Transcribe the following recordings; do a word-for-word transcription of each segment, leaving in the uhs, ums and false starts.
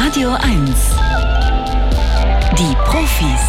Radio eins. Die Profis.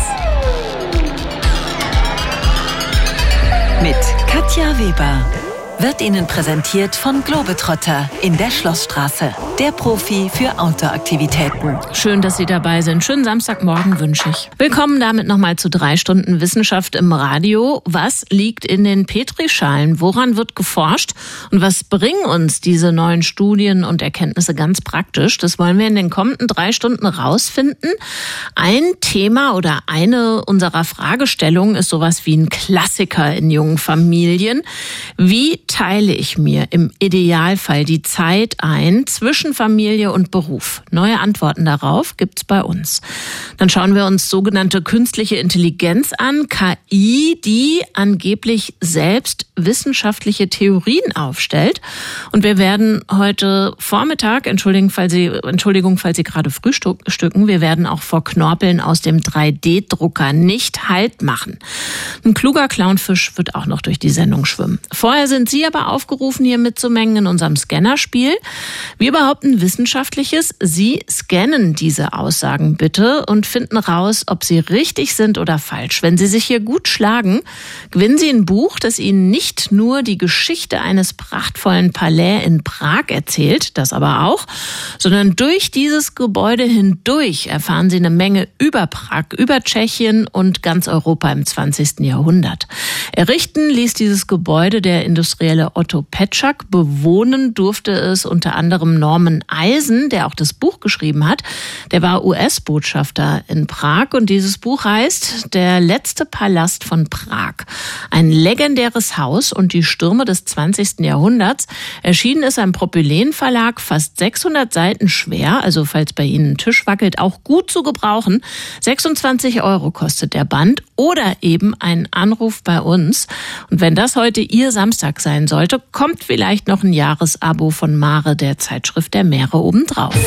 Mit Katja Weber. Wird Ihnen präsentiert von Globetrotter in der Schlossstraße. Der Profi für Outdoor-Aktivitäten. Schön, dass Sie dabei sind. Schönen Samstagmorgen wünsche ich. Willkommen damit nochmal zu drei Stunden Wissenschaft im Radio. Was liegt in den Petrischalen? Woran wird geforscht? Und was bringen uns diese neuen Studien und Erkenntnisse ganz praktisch? Das wollen wir in den kommenden drei Stunden rausfinden. Ein Thema oder eine unserer Fragestellungen ist sowas wie ein Klassiker in jungen Familien. Wie teile ich mir im Idealfall die Zeit ein zwischen Familie und Beruf? Neue Antworten darauf gibt's bei uns. Dann schauen wir uns sogenannte künstliche Intelligenz an, K I, die angeblich selbst wissenschaftliche Theorien aufstellt. Und wir werden heute Vormittag, Entschuldigung, falls Sie, Entschuldigung, falls Sie gerade frühstücken, wir werden auch vor Knorpeln aus dem drei D Drucker nicht Halt machen. Ein kluger Clownfisch wird auch noch durch die Sendung schwimmen. Vorher sind Sie aber aufgerufen, hier mitzumengen in unserem Scannerspiel. Wir behaupten Wissenschaftliches. Sie scannen diese Aussagen bitte und finden raus, ob sie richtig sind oder falsch. Wenn Sie sich hier gut schlagen, gewinnen Sie ein Buch, das Ihnen nicht nur die Geschichte eines prachtvollen Palais in Prag erzählt, das aber auch, sondern durch dieses Gebäude hindurch erfahren Sie eine Menge über Prag, über Tschechien und ganz Europa im zwanzigsten Jahrhundert. Errichten ließ dieses Gebäude der industrielle Otto Petschak. Bewohnen durfte es unter anderem Norman Eisen, der auch das Buch geschrieben hat. Der war U S-Botschafter in Prag und dieses Buch heißt Der letzte Palast von Prag. Ein legendäres Haus und die Stürme des zwanzigsten Jahrhunderts. Erschienen ist ein Propyläen-Verlag, fast sechshundert Seiten schwer, also falls bei Ihnen ein Tisch wackelt, auch gut zu gebrauchen. sechsundzwanzig Euro kostet der Band oder eben ein Anruf bei uns. Und wenn das heute Ihr Samstag sein sollte, kommt vielleicht noch ein Jahresabo von Mare, der Zeitschrift der Meere, obendrauf.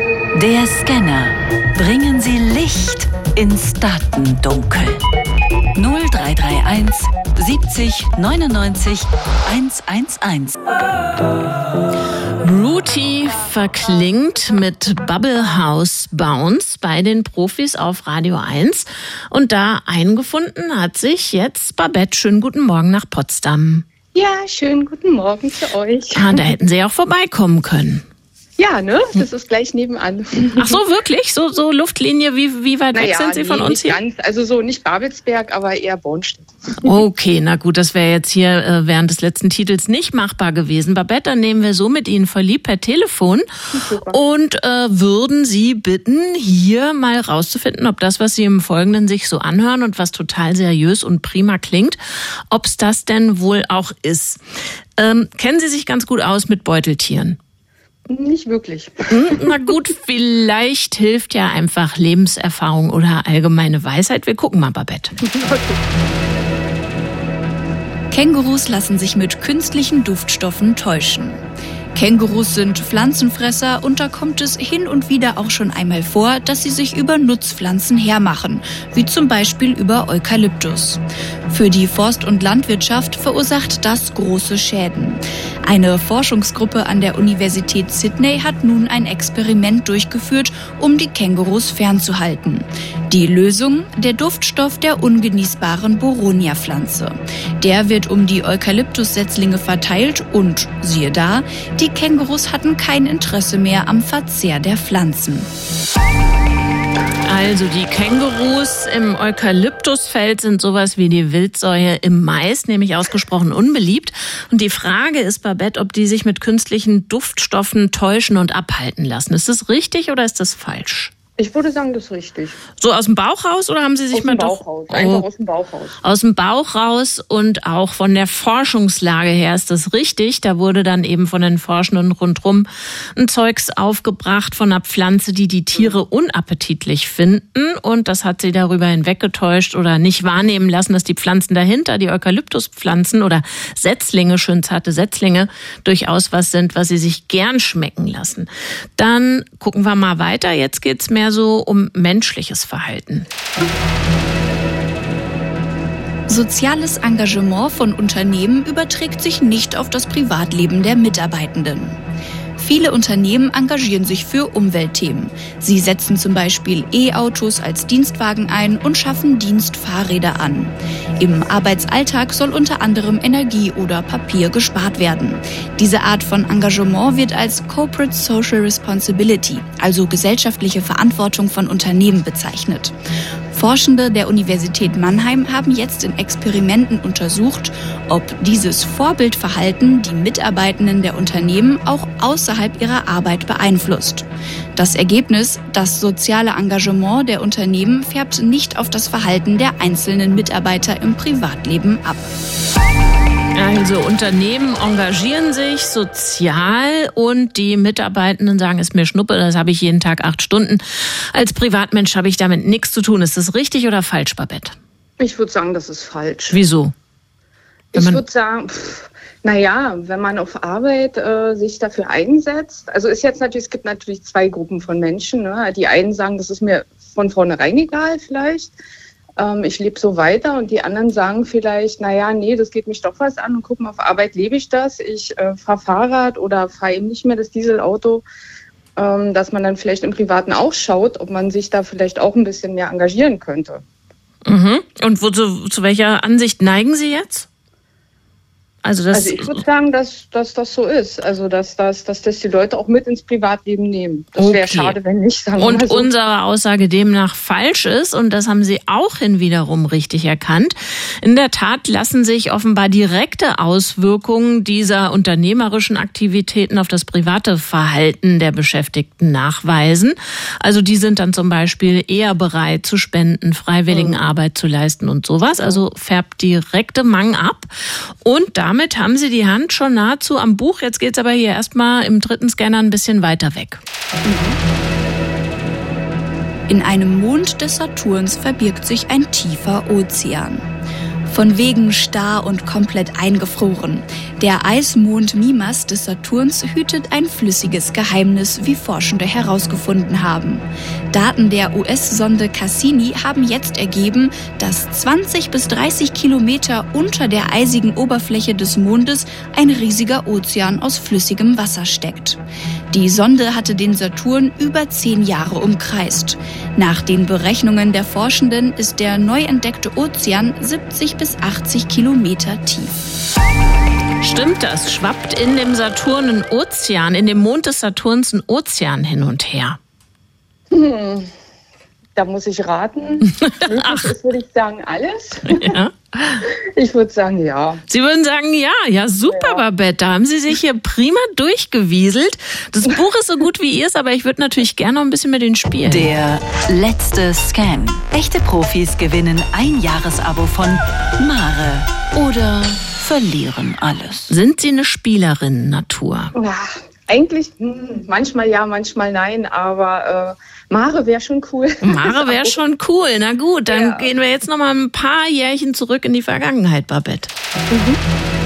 Der Scanner. Bringen Sie Licht ins Datendunkel. null drei drei eins siebzig neunundneunzig hundertzehn. Rooty verklingt mit Bubble House Bounce bei den Profis auf Radio eins. Und da eingefunden hat sich jetzt Babette. Schönen guten Morgen nach Potsdam. Ja, schönen guten Morgen zu euch. Ah, da hätten Sie auch vorbeikommen können. Ja, ne? Das ist gleich nebenan. Ach so, wirklich? So, so Luftlinie, wie, wie weit naja, weg sind Sie nee, von uns nicht hier? Ganz, also so nicht Babelsberg, aber eher Bornstedt. Okay, na gut, das wäre jetzt hier äh, während des letzten Titels nicht machbar gewesen. Babette, dann nehmen wir so mit Ihnen verliebt per Telefon. Super. Und äh, würden Sie bitten, hier mal rauszufinden, ob das, was Sie im Folgenden sich so anhören und was total seriös und prima klingt, ob es das denn wohl auch ist. Ähm, kennen Sie sich ganz gut aus mit Beuteltieren? Nicht wirklich. Na gut, vielleicht hilft ja einfach Lebenserfahrung oder allgemeine Weisheit. Wir gucken mal, Babette. Okay. Kängurus lassen sich mit künstlichen Duftstoffen täuschen. Kängurus sind Pflanzenfresser und da kommt es hin und wieder auch schon einmal vor, dass sie sich über Nutzpflanzen hermachen, wie zum Beispiel über Eukalyptus. Für die Forst- und Landwirtschaft verursacht das große Schäden. Eine Forschungsgruppe an der Universität Sydney hat nun ein Experiment durchgeführt, um die Kängurus fernzuhalten. Die Lösung: der Duftstoff der ungenießbaren Boronia-Pflanze. Der wird um die Eukalyptussetzlinge verteilt und, siehe da, die Kängurus hatten kein Interesse mehr am Verzehr der Pflanzen. Also die Kängurus im Eukalyptusfeld sind sowas wie die Wildsäue im Mais, nämlich ausgesprochen unbeliebt. Und die Frage ist, Babette, ob die sich mit künstlichen Duftstoffen täuschen und abhalten lassen. Ist das richtig oder ist das falsch? Ich würde sagen, das ist richtig. So aus dem Bauch raus oder haben Sie sich aus mal dem doch... Bauch raus. Einfach oh, aus dem Bauch raus. Aus dem Bauch raus und auch von der Forschungslage her ist das richtig. Da wurde dann eben von den Forschenden rundherum ein Zeugs aufgebracht von einer Pflanze, die die Tiere unappetitlich finden. Und das hat sie darüber hinweggetäuscht oder nicht wahrnehmen lassen, dass die Pflanzen dahinter, die Eukalyptuspflanzen oder Setzlinge, schön zarte Setzlinge, durchaus was sind, was sie sich gern schmecken lassen. Dann gucken wir mal weiter. Jetzt geht's mehr so um menschliches Verhalten. Soziales Engagement von Unternehmen überträgt sich nicht auf das Privatleben der Mitarbeitenden. Viele Unternehmen engagieren sich für Umweltthemen. Sie setzen zum Beispiel E-Autos als Dienstwagen ein und schaffen Dienstfahrräder an. Im Arbeitsalltag soll unter anderem Energie oder Papier gespart werden. Diese Art von Engagement wird als Corporate Social Responsibility, also gesellschaftliche Verantwortung von Unternehmen, bezeichnet. Forschende der Universität Mannheim haben jetzt in Experimenten untersucht, ob dieses Vorbildverhalten die Mitarbeitenden der Unternehmen auch außerhalb ihrer Arbeit beeinflusst. Das Ergebnis: Das soziale Engagement der Unternehmen färbt nicht auf das Verhalten der einzelnen Mitarbeiter im Privatleben ab. Also Unternehmen engagieren sich sozial und die Mitarbeitenden sagen, ist mir Schnuppe, das habe ich jeden Tag acht Stunden. Als Privatmensch habe ich damit nichts zu tun. Ist das richtig oder falsch, Babette? Ich würde sagen, das ist falsch. Wieso? Ich würde sagen, pff, naja, wenn man auf Arbeit äh, sich dafür einsetzt, also ist jetzt natürlich, es gibt natürlich zwei Gruppen von Menschen. Ne? Die einen sagen, das ist mir von vornherein egal vielleicht. Ich lebe so weiter, und die anderen sagen vielleicht, naja, nee, das geht mich doch was an, und guck mal, auf Arbeit lebe ich das, ich äh, fahre Fahrrad oder fahre eben nicht mehr das Dieselauto, ähm, dass man dann vielleicht im Privaten auch schaut, ob man sich da vielleicht auch ein bisschen mehr engagieren könnte. Mhm. Und wo, zu, zu welcher Ansicht neigen Sie jetzt? Also, das also ich würde sagen, dass, dass das so ist. Also dass, dass, dass das die Leute auch mit ins Privatleben nehmen. Das wäre okay. schade, wenn nicht. Sagen wir und mal so. Unsere Aussage demnach falsch ist, und das haben Sie auch hin wiederum richtig erkannt. In der Tat lassen sich offenbar direkte Auswirkungen dieser unternehmerischen Aktivitäten auf das private Verhalten der Beschäftigten nachweisen. Also die sind dann zum Beispiel eher bereit zu spenden, freiwilligen mhm. Arbeit zu leisten und sowas. Also färbt direkte Mang ab. Und da Damit haben Sie die Hand schon nahezu am Buch. Jetzt geht's aber hier erstmal im dritten Scanner ein bisschen weiter weg. In einem Mond des Saturns verbirgt sich ein tiefer Ozean. Von wegen starr und komplett eingefroren. Der Eismond Mimas des Saturns hütet ein flüssiges Geheimnis, wie Forschende herausgefunden haben. Daten der U S-Sonde Cassini haben jetzt ergeben, dass zwanzig bis dreißig Kilometer unter der eisigen Oberfläche des Mondes ein riesiger Ozean aus flüssigem Wasser steckt. Die Sonde hatte den Saturn über zehn Jahre umkreist. Nach den Berechnungen der Forschenden ist der neu entdeckte Ozean siebzig bis achtzig Kilometer tief. Stimmt das? Schwappt in dem Saturn ein Ozean, in dem Mond des Saturns ein Ozean hin und her? Hm, da muss ich raten. Möglich ist, würde ich sagen, alles. Ja. Ich würde sagen, ja. Sie würden sagen, ja, ja, super, ja. Babette. Da haben Sie sich hier prima durchgewieselt. Das Buch ist so gut wie Ihrs, aber ich würde natürlich gerne noch ein bisschen mit Ihnen spielen. Der letzte Scan. Echte Profis gewinnen ein Jahresabo von Mare oder verlieren alles. Sind Sie eine Spielerin Natur? Ja, eigentlich hm, manchmal ja, manchmal nein, aber äh, Mare wäre schon cool. Mare wäre schon cool. Na gut, dann ja. gehen wir jetzt noch mal ein paar Jährchen zurück in die Vergangenheit, Babette. Mhm.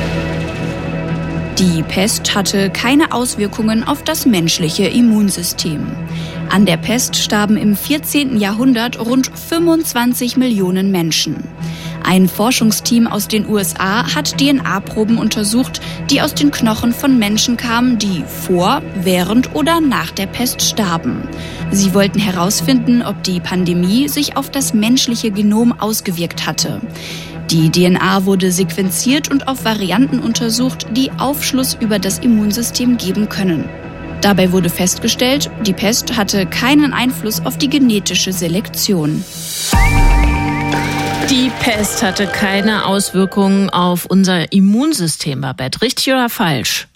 Die Pest hatte keine Auswirkungen auf das menschliche Immunsystem. An der Pest starben im vierzehnten Jahrhundert rund fünfundzwanzig Millionen Menschen. Ein Forschungsteam aus den U S A hat D N A-Proben untersucht, die aus den Knochen von Menschen kamen, die vor, während oder nach der Pest starben. Sie wollten herausfinden, ob die Pandemie sich auf das menschliche Genom ausgewirkt hatte. Die D N A wurde sequenziert und auf Varianten untersucht, die Aufschluss über das Immunsystem geben können. Dabei wurde festgestellt, die Pest hatte keinen Einfluss auf die genetische Selektion. Die Pest hatte keine Auswirkungen auf unser Immunsystem, Babette. Richtig oder falsch?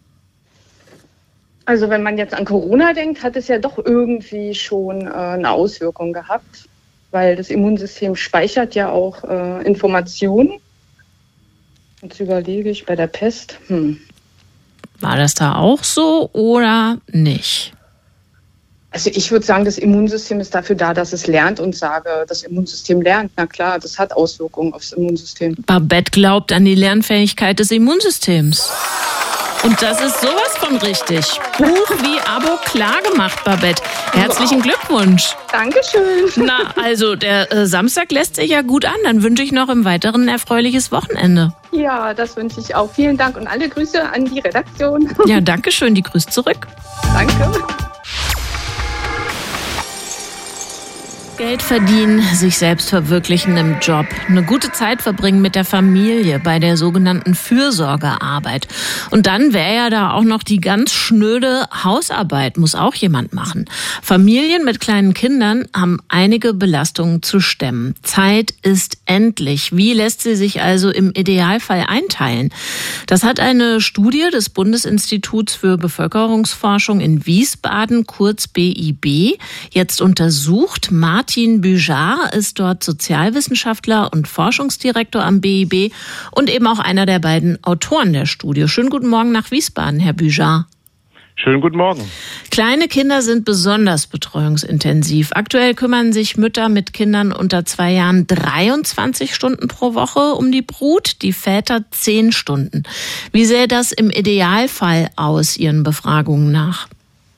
Also wenn man jetzt an Corona denkt, hat es ja doch irgendwie schon äh, eine Auswirkung gehabt, weil das Immunsystem speichert ja auch äh, Informationen. Jetzt überlege ich bei der Pest. Hm. War das da auch so oder nicht? Also ich würde sagen, das Immunsystem ist dafür da, dass es lernt, und sage, das Immunsystem lernt. Na klar, das hat Auswirkungen aufs Immunsystem. Babette glaubt an die Lernfähigkeit des Immunsystems. Und das ist sowas von richtig. Buch wie Abo klar gemacht, Babette. Herzlichen Glückwunsch. Dankeschön. Na, also der äh, Samstag lässt sich ja gut an. Dann wünsche ich noch im Weiteren ein erfreuliches Wochenende. Ja, das wünsche ich auch. Vielen Dank und alle Grüße an die Redaktion. Ja, danke schön. Die grüßt zurück. Danke. Geld verdienen, sich selbst verwirklichen im Job, eine gute Zeit verbringen mit der Familie bei der sogenannten Fürsorgearbeit. Und dann wäre ja da auch noch die ganz schnöde Hausarbeit, muss auch jemand machen. Familien mit kleinen Kindern haben einige Belastungen zu stemmen. Zeit ist endlich. Wie lässt sie sich also im Idealfall einteilen? Das hat eine Studie des Bundesinstituts für Bevölkerungsforschung in Wiesbaden, kurz B I B, jetzt untersucht. Martin Büjar ist dort Sozialwissenschaftler und Forschungsdirektor am B I B und eben auch einer der beiden Autoren der Studie. Schönen guten Morgen nach Wiesbaden, Herr Büjar. Schönen guten Morgen. Kleine Kinder sind besonders betreuungsintensiv. Aktuell kümmern sich Mütter mit Kindern unter zwei Jahren dreiundzwanzig Stunden pro Woche um die Brut, die Väter zehn Stunden. Wie sähe das im Idealfall aus, Ihren Befragungen nach?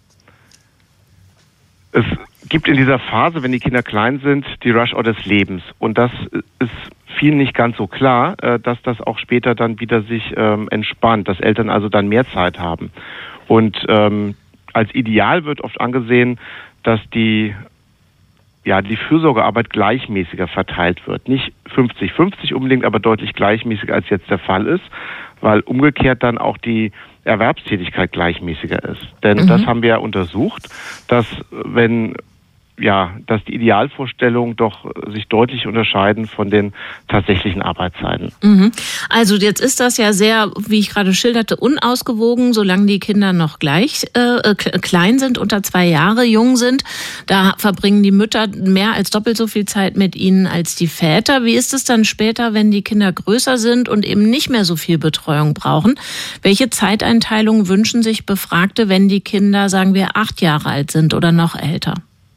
Es gibt in dieser Phase, wenn die Kinder klein sind, die Rush-Hour des Lebens. Und das ist vielen nicht ganz so klar, dass das auch später dann wieder sich ähm, entspannt, dass Eltern also dann mehr Zeit haben. Und ähm, als Ideal wird oft angesehen, dass die ja die Fürsorgearbeit gleichmäßiger verteilt wird. Nicht fünfzig fünfzig unbedingt, aber deutlich gleichmäßiger als jetzt der Fall ist, weil umgekehrt dann auch die Erwerbstätigkeit gleichmäßiger ist. Denn mhm. das haben wir ja untersucht, dass wenn ja, dass die Idealvorstellungen doch sich deutlich unterscheiden von den tatsächlichen Arbeitszeiten. Mhm. Also jetzt ist das ja sehr, wie ich gerade schilderte, unausgewogen, solange die Kinder noch gleich äh, klein sind, unter zwei Jahre jung sind. Da verbringen die Mütter mehr als doppelt so viel Zeit mit ihnen als die Väter. Wie ist es dann später, wenn die Kinder größer sind und eben nicht mehr so viel Betreuung brauchen? Welche Zeiteinteilung wünschen sich Befragte, wenn die Kinder, sagen wir, acht Jahre alt sind oder noch älter?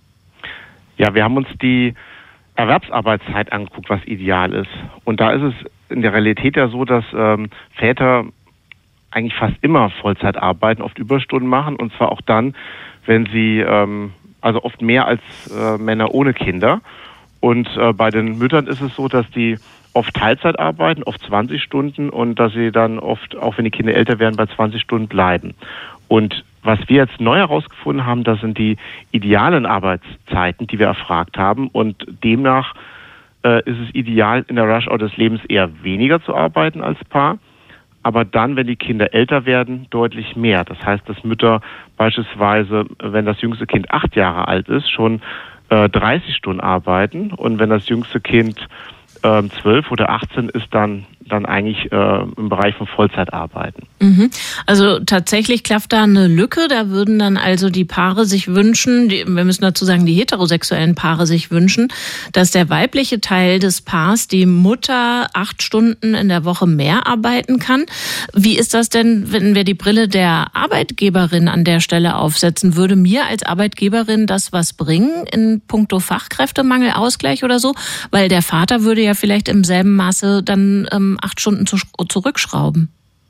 Ja, wir haben uns die Erwerbsarbeitszeit angeguckt, was ideal ist. Und da ist es in der Realität ja so, dass ähm, Väter eigentlich fast immer Vollzeit arbeiten, oft Überstunden machen und zwar auch dann, wenn sie, ähm, also oft mehr als äh, Männer ohne Kinder. Und äh, bei den Müttern ist es so, dass die oft Teilzeit arbeiten, oft zwanzig Stunden und dass sie dann oft, auch wenn die Kinder älter werden, bei zwanzig Stunden bleiben. Und was wir jetzt neu herausgefunden haben, das sind die idealen Arbeitszeiten, die wir erfragt haben. Und demnach äh, ist es ideal, in der Rush-Hour des Lebens eher weniger zu arbeiten als Paar. Aber dann, wenn die Kinder älter werden, deutlich mehr. Das heißt, dass Mütter beispielsweise, wenn das jüngste Kind acht Jahre alt ist, schon äh, dreißig Stunden arbeiten. Und wenn das jüngste Kind äh, zwölf oder achtzehn ist, dann dann eigentlich äh, im Bereich von Vollzeit arbeiten. Mhm. Also tatsächlich klafft da eine Lücke. Da würden dann also die Paare sich wünschen, die, wir müssen dazu sagen, die heterosexuellen Paare sich wünschen, dass der weibliche Teil des Paars, die Mutter, acht Stunden in der Woche mehr arbeiten kann. Wie ist das denn, wenn wir die Brille der Arbeitgeberin an der Stelle aufsetzen? Würde mir als Arbeitgeberin das was bringen in puncto Fachkräftemangel, Ausgleich oder so? Weil der Vater würde ja vielleicht im selben Maße dann ähm, acht Stunden zu, zurückschrauben.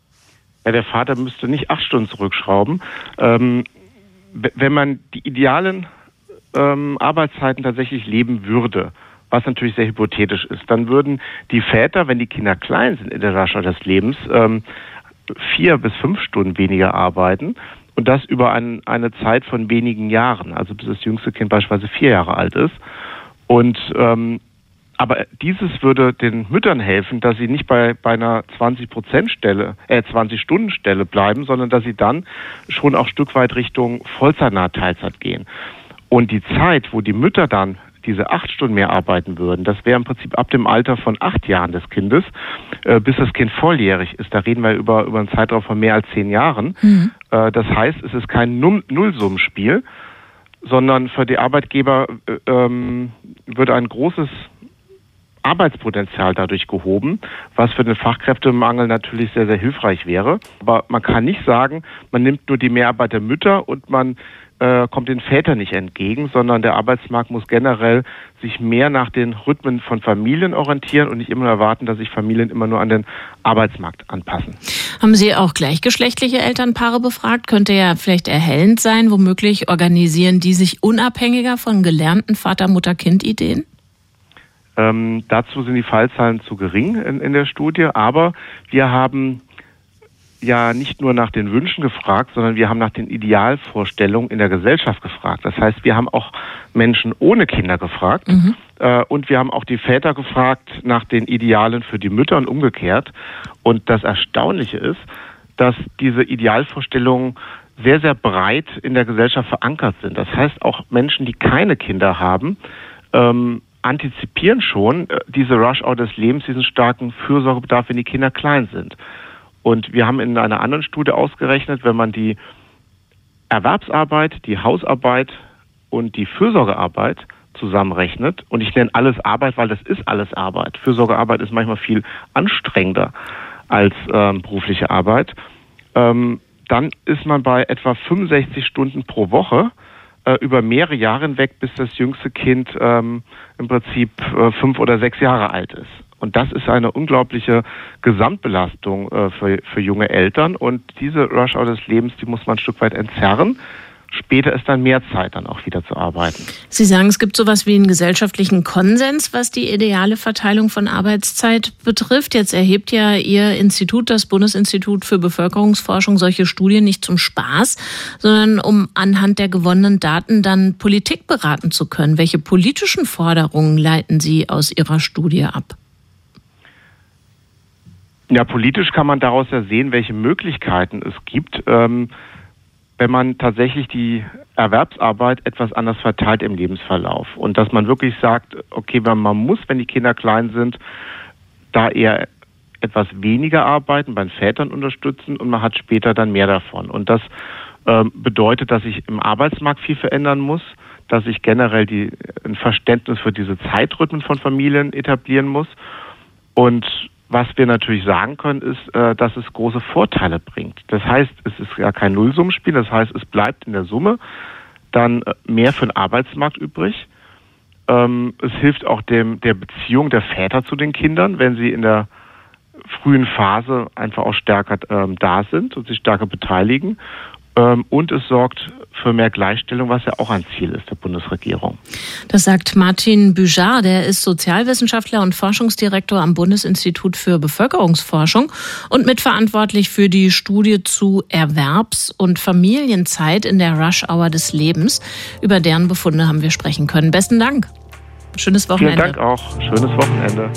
Ja, der Vater müsste nicht acht Stunden zurückschrauben. Ähm, wenn man die idealen ähm, Arbeitszeiten tatsächlich leben würde, was natürlich sehr hypothetisch ist, dann würden die Väter, wenn die Kinder klein sind in der Rush-Hour des Lebens, ähm, vier bis fünf Stunden weniger arbeiten und das über ein, eine Zeit von wenigen Jahren, also bis das jüngste Kind beispielsweise vier Jahre alt ist. Und ähm, Aber dieses würde den Müttern helfen, dass sie nicht bei, bei einer zwanzig Prozent Stelle, äh, zwanzig Stunden Stelle bleiben, sondern dass sie dann schon auch ein Stück weit Richtung vollzeitnahe Teilzeit gehen. Und die Zeit, wo die Mütter dann diese acht Stunden mehr arbeiten würden, das wäre im Prinzip ab dem Alter von acht Jahren des Kindes, äh, bis das Kind volljährig ist. Da reden wir über, über einen Zeitraum von mehr als zehn Jahren. Mhm. Äh, das heißt, es ist kein Null- Nullsummenspiel, sondern für die Arbeitgeber äh, ähm, würde ein großes Arbeitspotenzial dadurch gehoben, was für den Fachkräftemangel natürlich sehr, sehr hilfreich wäre. Aber man kann nicht sagen, man nimmt nur die Mehrarbeit der Mütter und man äh, kommt den Vätern nicht entgegen, sondern der Arbeitsmarkt muss generell sich mehr nach den Rhythmen von Familien orientieren und nicht immer nur erwarten, dass sich Familien immer nur an den Arbeitsmarkt anpassen. Haben Sie auch gleichgeschlechtliche Elternpaare befragt? Könnte ja vielleicht erhellend sein. Womöglich organisieren die sich unabhängiger von gelernten Vater-Mutter-Kind-Ideen? Ähm, dazu sind die Fallzahlen zu gering in, in der Studie, aber wir haben ja nicht nur nach den Wünschen gefragt, sondern wir haben nach den Idealvorstellungen in der Gesellschaft gefragt. Das heißt, wir haben auch Menschen ohne Kinder gefragt mhm. äh, und wir haben auch die Väter gefragt nach den Idealen für die Mütter und umgekehrt. Und das Erstaunliche ist, dass diese Idealvorstellungen sehr, sehr breit in der Gesellschaft verankert sind. Das heißt, auch Menschen, die keine Kinder haben, ähm, antizipieren schon äh, diese Rush-Hour des Lebens, diesen starken Fürsorgebedarf, wenn die Kinder klein sind. Und wir haben in einer anderen Studie ausgerechnet, wenn man die Erwerbsarbeit, die Hausarbeit und die Fürsorgearbeit zusammenrechnet, und ich nenne alles Arbeit, weil das ist alles Arbeit. Fürsorgearbeit ist manchmal viel anstrengender als ähm, berufliche Arbeit. Ähm, dann ist man bei etwa fünfundsechzig Stunden pro Woche äh, über mehrere Jahre hinweg, bis das jüngste Kind ähm, im Prinzip äh, fünf oder sechs Jahre alt ist. Und das ist eine unglaubliche Gesamtbelastung äh, für, für junge Eltern. Und diese Rush-Hour des Lebens, die muss man ein Stück weit entzerren. Später ist dann mehr Zeit, dann auch wieder zu arbeiten. Sie sagen, es gibt sowas wie einen gesellschaftlichen Konsens, was die ideale Verteilung von Arbeitszeit betrifft. Jetzt erhebt ja Ihr Institut, das Bundesinstitut für Bevölkerungsforschung, solche Studien nicht zum Spaß, sondern um anhand der gewonnenen Daten dann Politik beraten zu können. Welche politischen Forderungen leiten Sie aus Ihrer Studie ab? Ja, politisch kann man daraus ja sehen, welche Möglichkeiten es gibt, ähm, wenn man tatsächlich die Erwerbsarbeit etwas anders verteilt im Lebensverlauf. Und dass man wirklich sagt, okay, man muss, wenn die Kinder klein sind, da eher etwas weniger arbeiten, bei den Vätern unterstützen, und man hat später dann mehr davon. Und das ähm, bedeutet, dass sich im Arbeitsmarkt viel verändern muss, dass sich generell die, ein Verständnis für diese Zeitrhythmen von Familien etablieren muss. Und was wir natürlich sagen können, ist, dass es große Vorteile bringt. Das heißt, es ist ja kein Nullsummenspiel, das heißt, es bleibt in der Summe dann mehr für den Arbeitsmarkt übrig. Es hilft auch dem, der Beziehung der Väter zu den Kindern, wenn sie in der frühen Phase einfach auch stärker da sind und sich stärker beteiligen. Und es sorgt für mehr Gleichstellung, was ja auch ein Ziel ist der Bundesregierung. Das sagt Martin Büjar, der ist Sozialwissenschaftler und Forschungsdirektor am Bundesinstitut für Bevölkerungsforschung und mitverantwortlich für die Studie zu Erwerbs- und Familienzeit in der Rush-Hour des Lebens. Über deren Befunde haben wir sprechen können. Besten Dank. Schönes Wochenende. Vielen Dank auch. Schönes Wochenende.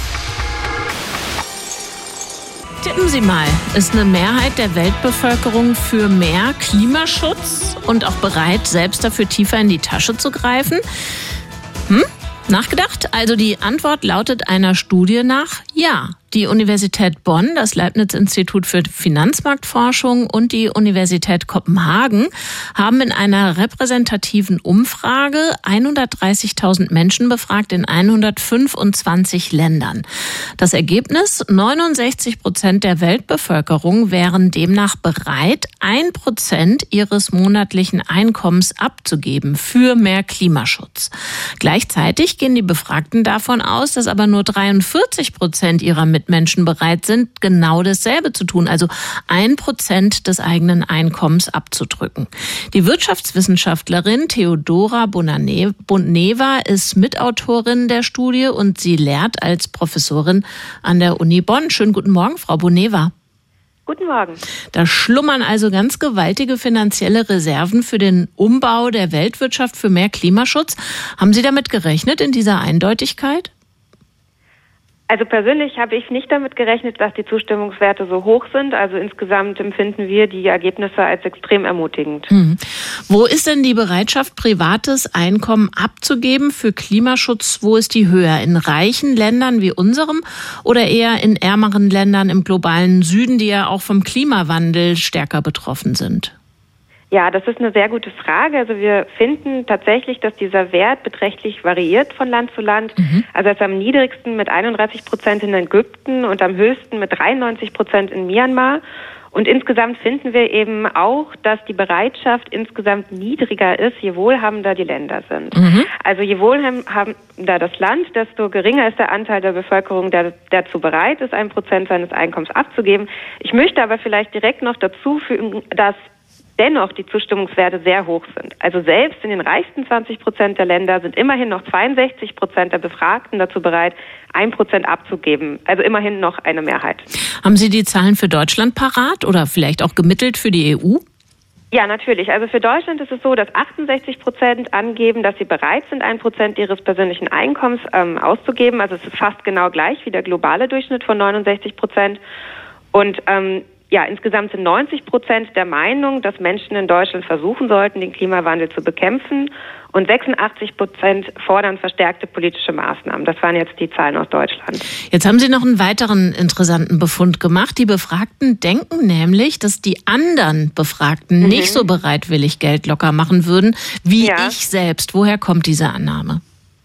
Tippen Sie mal, ist eine Mehrheit der Weltbevölkerung für mehr Klimaschutz und auch bereit, selbst dafür tiefer in die Tasche zu greifen? Hm? Nachgedacht? Also die Antwort lautet einer Studie nach ja. Die Universität Bonn, das Leibniz-Institut für Finanzmarktforschung und die Universität Kopenhagen haben in einer repräsentativen Umfrage hundertdreißigtausend Menschen befragt in hundertfünfundzwanzig Ländern. Das Ergebnis: neunundsechzig Prozent der Weltbevölkerung wären demnach bereit, ein Prozent ihres monatlichen Einkommens abzugeben für mehr Klimaschutz. Gleichzeitig gehen die Befragten davon aus, dass aber nur dreiundvierzig Prozent ihrer Mitmenschen bereit sind, genau dasselbe zu tun, also ein Prozent des eigenen Einkommens abzudrücken. Die Wirtschaftswissenschaftlerin Theodora Boneva ist Mitautorin der Studie und sie lehrt als Professorin an der Uni Bonn. Schönen guten Morgen, Frau Boneva. Guten Morgen. Da schlummern also ganz gewaltige finanzielle Reserven für den Umbau der Weltwirtschaft für mehr Klimaschutz. Haben Sie damit gerechnet in dieser Eindeutigkeit? Also persönlich habe ich nicht damit gerechnet, dass die Zustimmungswerte so hoch sind. Also insgesamt empfinden wir die Ergebnisse als extrem ermutigend. Hm. Wo ist denn die Bereitschaft, privates Einkommen abzugeben für Klimaschutz? Wo ist die höher? In reichen Ländern wie unserem oder eher in ärmeren Ländern im globalen Süden, die ja auch vom Klimawandel stärker betroffen sind? Ja, das ist eine sehr gute Frage. Also wir finden tatsächlich, dass dieser Wert beträchtlich variiert von Land zu Land. Mhm. Also es ist am niedrigsten mit einunddreißig Prozent in Ägypten und am höchsten mit dreiundneunzig Prozent in Myanmar. Und insgesamt finden wir eben auch, dass die Bereitschaft insgesamt niedriger ist, je wohlhabender die Länder sind. Mhm. Also je wohlhabender das Land, desto geringer ist der Anteil der Bevölkerung, der dazu bereit ist, ein Prozent seines Einkommens abzugeben. Ich möchte aber vielleicht direkt noch dazu fügen, dass dennoch die Zustimmungswerte sehr hoch sind. Also selbst in den reichsten zwanzig Prozent der Länder sind immerhin noch zweiundsechzig Prozent der Befragten dazu bereit, ein Prozent abzugeben. Also immerhin noch eine Mehrheit. Haben Sie die Zahlen für Deutschland parat oder vielleicht auch gemittelt für die E U? Ja, natürlich. Also für Deutschland ist es so, dass achtundsechzig Prozent angeben, dass sie bereit sind, ein Prozent ihres persönlichen Einkommens ähm, auszugeben. Also es ist fast genau gleich wie der globale Durchschnitt von neunundsechzig Prozent. Und ähm, ja, insgesamt sind neunzig Prozent der Meinung, dass Menschen in Deutschland versuchen sollten, den Klimawandel zu bekämpfen. Und sechsundachtzig Prozent fordern verstärkte politische Maßnahmen. Das waren jetzt die Zahlen aus Deutschland. Jetzt haben Sie noch einen weiteren interessanten Befund gemacht. Die Befragten denken nämlich, dass die anderen Befragten mhm. nicht so bereitwillig Geld locker machen würden, wie ja. ich selbst. Woher kommt diese Annahme?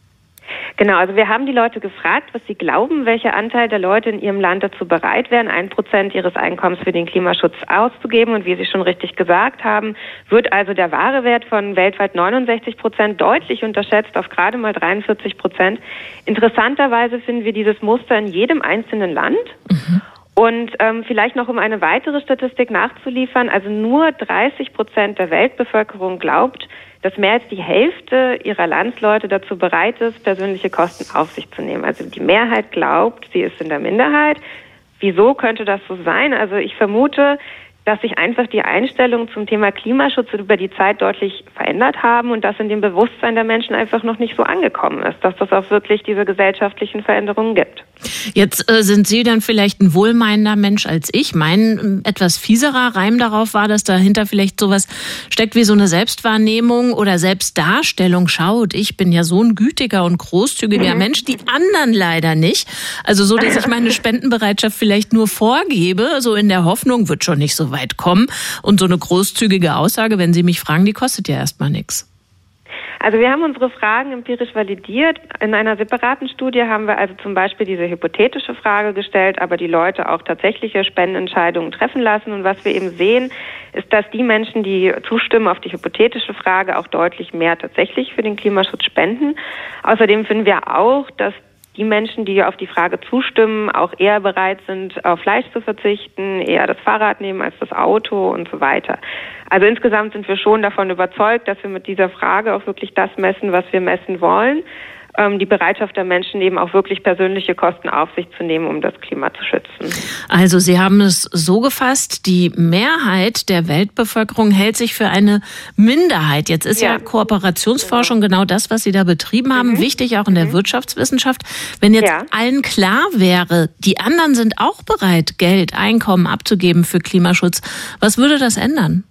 Genau, also wir haben die Leute gefragt, was sie glauben, welcher Anteil der Leute in ihrem Land dazu bereit wären, ein Prozent ihres Einkommens für den Klimaschutz auszugeben. Und wie Sie schon richtig gesagt haben, wird also der wahre Wert von weltweit neunundsechzig Prozent deutlich unterschätzt auf gerade mal dreiundvierzig Prozent. Interessanterweise finden wir dieses Muster in jedem einzelnen Land. Mhm. Und ähm, vielleicht noch, um eine weitere Statistik nachzuliefern, also nur dreißig Prozent der Weltbevölkerung glaubt, dass mehr als die Hälfte ihrer Landsleute dazu bereit ist, persönliche Kosten auf sich zu nehmen. Also die Mehrheit glaubt, sie ist in der Minderheit. Wieso könnte das so sein? Also ich vermute, dass sich einfach die Einstellungen zum Thema Klimaschutz über die Zeit deutlich verändert haben und dass in dem Bewusstsein der Menschen einfach noch nicht so angekommen ist, dass das auch wirklich diese gesellschaftlichen Veränderungen gibt. Jetzt äh, sind Sie dann vielleicht ein wohlmeinender Mensch als ich. Mein etwas fieserer Reim darauf war, dass dahinter vielleicht sowas steckt wie so eine Selbstwahrnehmung oder Selbstdarstellung. Schaut, ich bin ja so ein gütiger und großzügiger mhm. Mensch, die anderen leider nicht. Also so, dass ich meine Spendenbereitschaft vielleicht nur vorgebe, so in der Hoffnung, wird schon nicht so weit kommen. Und so eine großzügige Aussage, wenn Sie mich fragen, die kostet ja erstmal nichts. Also wir haben unsere Fragen empirisch validiert. In einer separaten Studie haben wir also zum Beispiel diese hypothetische Frage gestellt, aber die Leute auch tatsächliche Spendenentscheidungen treffen lassen. Und was wir eben sehen, ist, dass die Menschen, die zustimmen auf die hypothetische Frage, auch deutlich mehr tatsächlich für den Klimaschutz spenden. Außerdem finden wir auch, dass die Menschen, die auf die Frage zustimmen, auch eher bereit sind, auf Fleisch zu verzichten, eher das Fahrrad nehmen als das Auto und so weiter. Also insgesamt sind wir schon davon überzeugt, dass wir mit dieser Frage auch wirklich das messen, was wir messen wollen. Ähm, die Bereitschaft der Menschen eben auch wirklich persönliche Kosten auf sich zu nehmen, um das Klima zu schützen. Also Sie haben es so gefasst, die Mehrheit der Weltbevölkerung hält sich für eine Minderheit. Jetzt ist ja, ja Kooperationsforschung genau. genau das, was Sie da betrieben haben, mhm. wichtig auch in der mhm. Wirtschaftswissenschaft. Wenn jetzt ja. allen klar wäre, die anderen sind auch bereit, Geld, Einkommen abzugeben für Klimaschutz, was würde das ändern?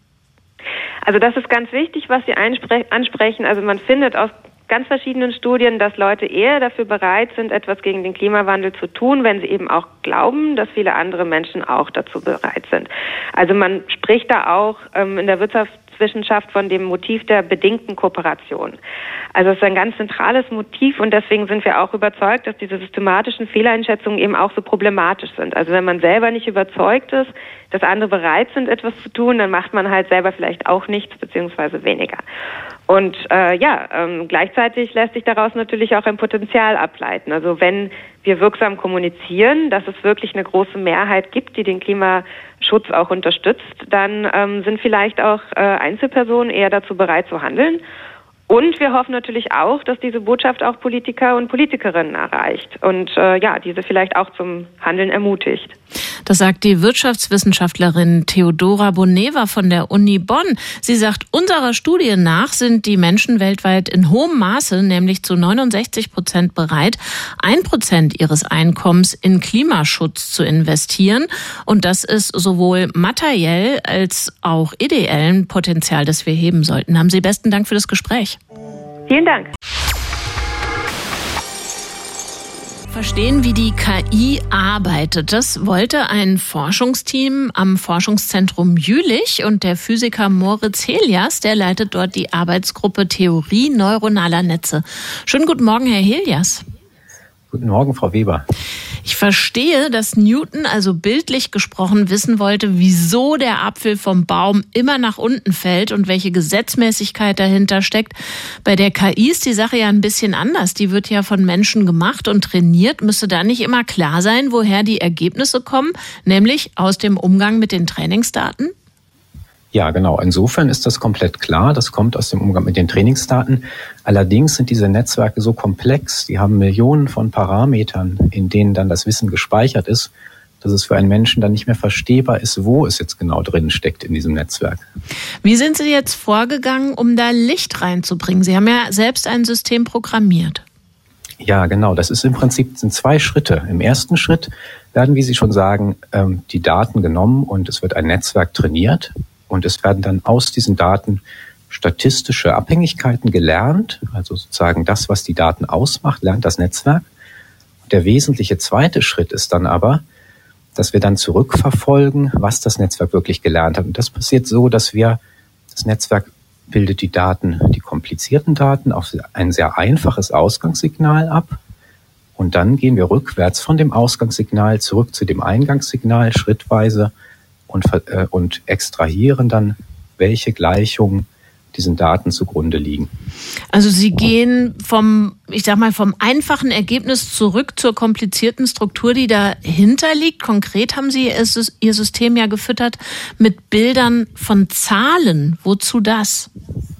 Also das ist ganz wichtig, was Sie ansprechen. Also man findet aus ganz verschiedenen Studien, dass Leute eher dafür bereit sind, etwas gegen den Klimawandel zu tun, wenn sie eben auch glauben, dass viele andere Menschen auch dazu bereit sind. Also man spricht da auch ähm, in der Wirtschaftswissenschaft von dem Motiv der bedingten Kooperation. Also es ist ein ganz zentrales Motiv und deswegen sind wir auch überzeugt, dass diese systematischen Fehleinschätzungen eben auch so problematisch sind. Also wenn man selber nicht überzeugt ist, dass andere bereit sind, etwas zu tun, dann macht man halt selber vielleicht auch nichts beziehungsweise weniger. Und äh, ja, ähm, gleichzeitig lässt sich daraus natürlich auch ein Potenzial ableiten. Also wenn wir wirksam kommunizieren, dass es wirklich eine große Mehrheit gibt, die den Klimaschutz auch unterstützt, dann ähm, sind vielleicht auch äh, Einzelpersonen eher dazu bereit zu handeln. Und wir hoffen natürlich auch, dass diese Botschaft auch Politiker und Politikerinnen erreicht und äh, ja, diese vielleicht auch zum Handeln ermutigt. Das sagt die Wirtschaftswissenschaftlerin Theodora Boneva von der Uni Bonn. Sie sagt, unserer Studie nach sind die Menschen weltweit in hohem Maße, nämlich zu neunundsechzig Prozent bereit, ein Prozent ihres Einkommens in Klimaschutz zu investieren. Und das ist sowohl materiell als auch ideell ein Potenzial, das wir heben sollten. Haben Sie besten Dank für das Gespräch. Vielen Dank. Verstehen, wie die K I arbeitet. Das wollte ein Forschungsteam am Forschungszentrum Jülich und der Physiker Moritz Helias, der leitet dort die Arbeitsgruppe Theorie neuronaler Netze. Schönen guten Morgen, Herr Helias. Guten Morgen, Frau Weber. Ich verstehe, dass Newton, also bildlich gesprochen, wissen wollte, wieso der Apfel vom Baum immer nach unten fällt und welche Gesetzmäßigkeit dahinter steckt. Bei der K I ist die Sache ja ein bisschen anders. Die wird ja von Menschen gemacht und trainiert. Müsste da nicht immer klar sein, woher die Ergebnisse kommen, nämlich aus dem Umgang mit den Trainingsdaten? Ja, genau. Insofern ist das komplett klar. Das kommt aus dem Umgang mit den Trainingsdaten. Allerdings sind diese Netzwerke so komplex. Die haben Millionen von Parametern, in denen dann das Wissen gespeichert ist, dass es für einen Menschen dann nicht mehr verstehbar ist, wo es jetzt genau drin steckt in diesem Netzwerk. Wie sind Sie jetzt vorgegangen, um da Licht reinzubringen? Sie haben ja selbst ein System programmiert. Ja, genau. Das ist im Prinzip sind zwei Schritte. Im ersten Schritt werden, wie Sie schon sagen, die Daten genommen und es wird ein Netzwerk trainiert. Und es werden dann aus diesen Daten statistische Abhängigkeiten gelernt, also sozusagen das, was die Daten ausmacht, lernt das Netzwerk. Der wesentliche zweite Schritt ist dann aber, dass wir dann zurückverfolgen, was das Netzwerk wirklich gelernt hat. Und das passiert so, dass wir, das Netzwerk bildet die Daten, die komplizierten Daten auf ein sehr einfaches Ausgangssignal ab. Und dann gehen wir rückwärts von dem Ausgangssignal zurück zu dem Eingangssignal schrittweise und, äh, und extrahieren dann, welche Gleichungen diesen Daten zugrunde liegen. Also Sie gehen vom, ich sag mal, vom einfachen Ergebnis zurück zur komplizierten Struktur, die dahinter liegt. Konkret haben Sie Ihr System ja gefüttert mit Bildern von Zahlen. Wozu das?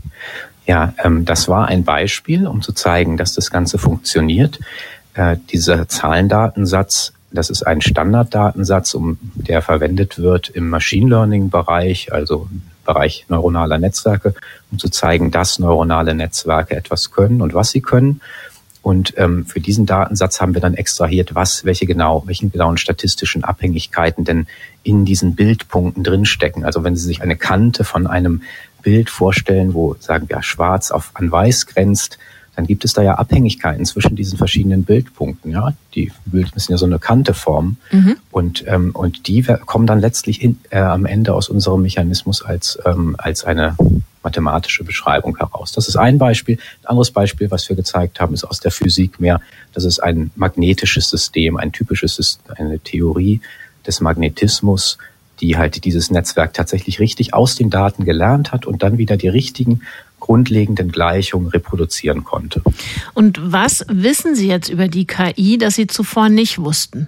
Ja, ähm, das war ein Beispiel, um zu zeigen, dass das Ganze funktioniert. Äh, dieser Zahlendatensatz, das ist ein Standarddatensatz, um der verwendet wird im Machine Learning-Bereich, also im Bereich neuronaler Netzwerke, um zu zeigen, dass neuronale Netzwerke etwas können und was sie können. Und ähm, für diesen Datensatz haben wir dann extrahiert, was, welche genau, welchen genauen statistischen Abhängigkeiten denn in diesen Bildpunkten drinstecken. Also wenn Sie sich eine Kante von einem Bild vorstellen, wo, sagen wir, schwarz auf an weiß grenzt, dann gibt es da ja Abhängigkeiten zwischen diesen verschiedenen Bildpunkten. Ja, die Bild müssen ja so eine Kante formen. Mhm. Und, ähm, und die kommen dann letztlich in, äh, am Ende aus unserem Mechanismus als, ähm, als eine mathematische Beschreibung heraus. Das ist ein Beispiel. Ein anderes Beispiel, was wir gezeigt haben, ist aus der Physik mehr. Das ist ein magnetisches System, ein typisches System, eine Theorie des Magnetismus, die halt dieses Netzwerk tatsächlich richtig aus den Daten gelernt hat und dann wieder die richtigen grundlegenden Gleichungen reproduzieren konnte. Und was wissen Sie jetzt über die K I, das Sie zuvor nicht wussten?